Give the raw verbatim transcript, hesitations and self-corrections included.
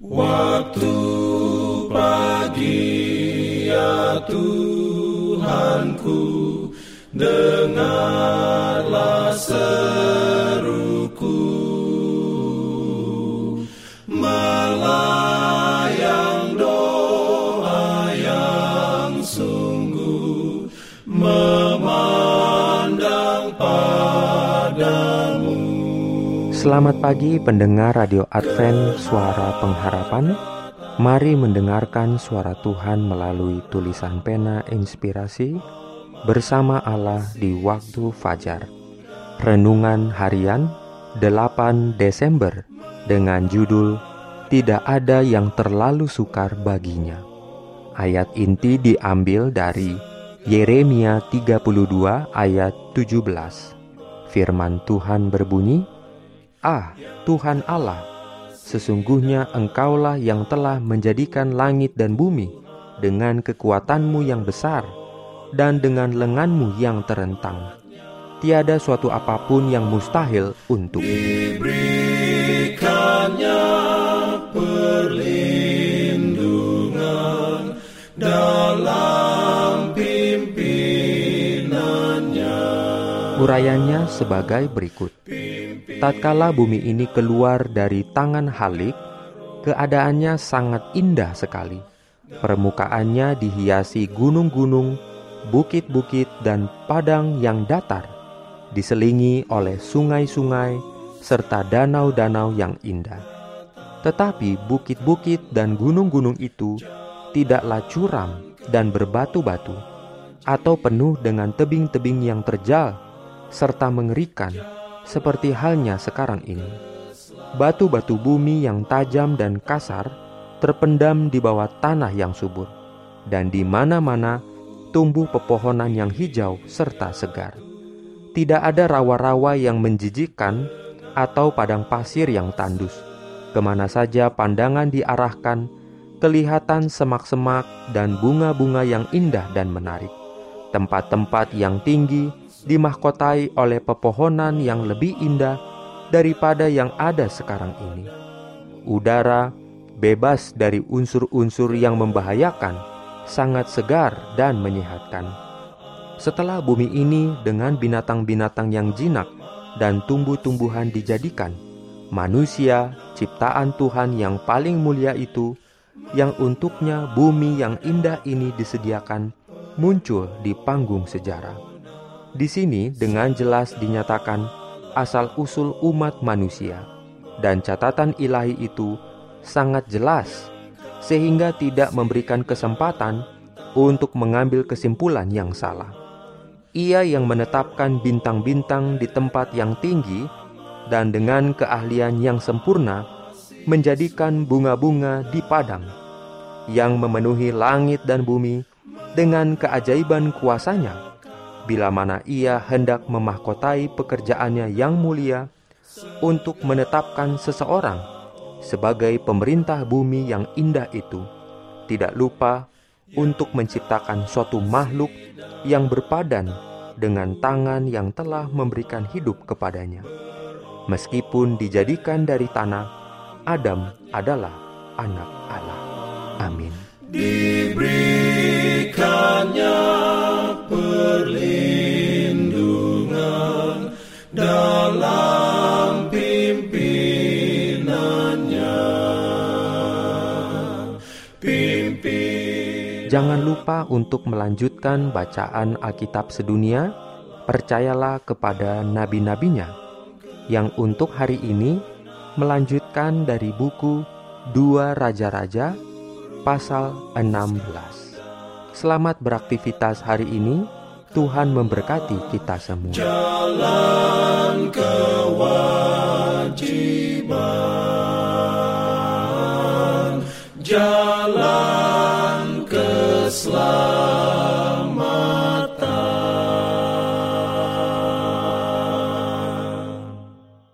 Waktu pagi ya Tuhanku, dengarlah seruku, melayang doa yang sungguh, memandang padamu. Selamat pagi pendengar Radio Advent Suara Pengharapan. Mari mendengarkan suara Tuhan melalui tulisan pena inspirasi bersama Allah di waktu fajar. Renungan harian delapan Desember dengan judul Tidak ada yang terlalu sukar baginya. Ayat inti diambil dari Yeremia tiga puluh dua ayat tujuh belas. Firman Tuhan berbunyi, "Ah, Tuhan Allah, sesungguhnya Engkaulah yang telah menjadikan langit dan bumi dengan kekuatanmu yang besar dan dengan lenganmu yang terentang. Tiada suatu apapun yang mustahil untukmu." Diberikannya perlindungan dalam pimpinannya. Urayanya sebagai berikut. Tatkala bumi ini keluar dari tangan Halik, keadaannya sangat indah sekali. Permukaannya dihiasi gunung-gunung, bukit-bukit, dan padang yang datar, diselingi oleh sungai-sungai serta danau-danau yang indah. Tetapi bukit-bukit dan gunung-gunung itu tidaklah curam dan berbatu-batu, atau penuh dengan tebing-tebing yang terjal serta mengerikan, seperti halnya sekarang ini. Batu-batu bumi yang tajam dan kasar terpendam di bawah tanah yang subur, dan di mana-mana tumbuh pepohonan yang hijau serta segar. Tidak ada rawa-rawa yang menjijikkan atau padang pasir yang tandus. Kemana saja pandangan diarahkan, kelihatan semak-semak dan bunga-bunga yang indah dan menarik. Tempat-tempat yang tinggi dimahkotai oleh pepohonan yang lebih indah daripada yang ada sekarang ini. Udara bebas dari unsur-unsur yang membahayakan, sangat segar dan menyehatkan. Setelah bumi ini dengan binatang-binatang yang jinak dan tumbuh-tumbuhan dijadikan, manusia, ciptaan Tuhan yang paling mulia itu, yang untuknya bumi yang indah ini disediakan, muncul di panggung sejarah. Di sini dengan jelas dinyatakan asal-usul umat manusia, dan catatan ilahi itu sangat jelas, sehingga tidak memberikan kesempatan untuk mengambil kesimpulan yang salah. Ia yang menetapkan bintang-bintang di tempat yang tinggi, dan dengan keahlian yang sempurna menjadikan bunga-bunga di padang, yang memenuhi langit dan bumi dengan keajaiban kuasanya, bila mana ia hendak memahkotai pekerjaannya yang mulia untuk menetapkan seseorang sebagai pemerintah bumi yang indah itu, tidak lupa untuk menciptakan suatu makhluk yang berpadan dengan tangan yang telah memberikan hidup kepadanya. Meskipun dijadikan dari tanah, Adam adalah anak Allah. Amin. Diberikannya perlindungan dalam pimpinannya. Pimpin. Jangan lupa untuk melanjutkan bacaan Alkitab sedunia. Percayalah kepada nabi-nabinya, yang untuk hari ini melanjutkan dari buku Dua Raja-Raja pasal enam belas. Selamat beraktivitas hari ini. Tuhan memberkati kita semua. Jalan kewajiban, jalan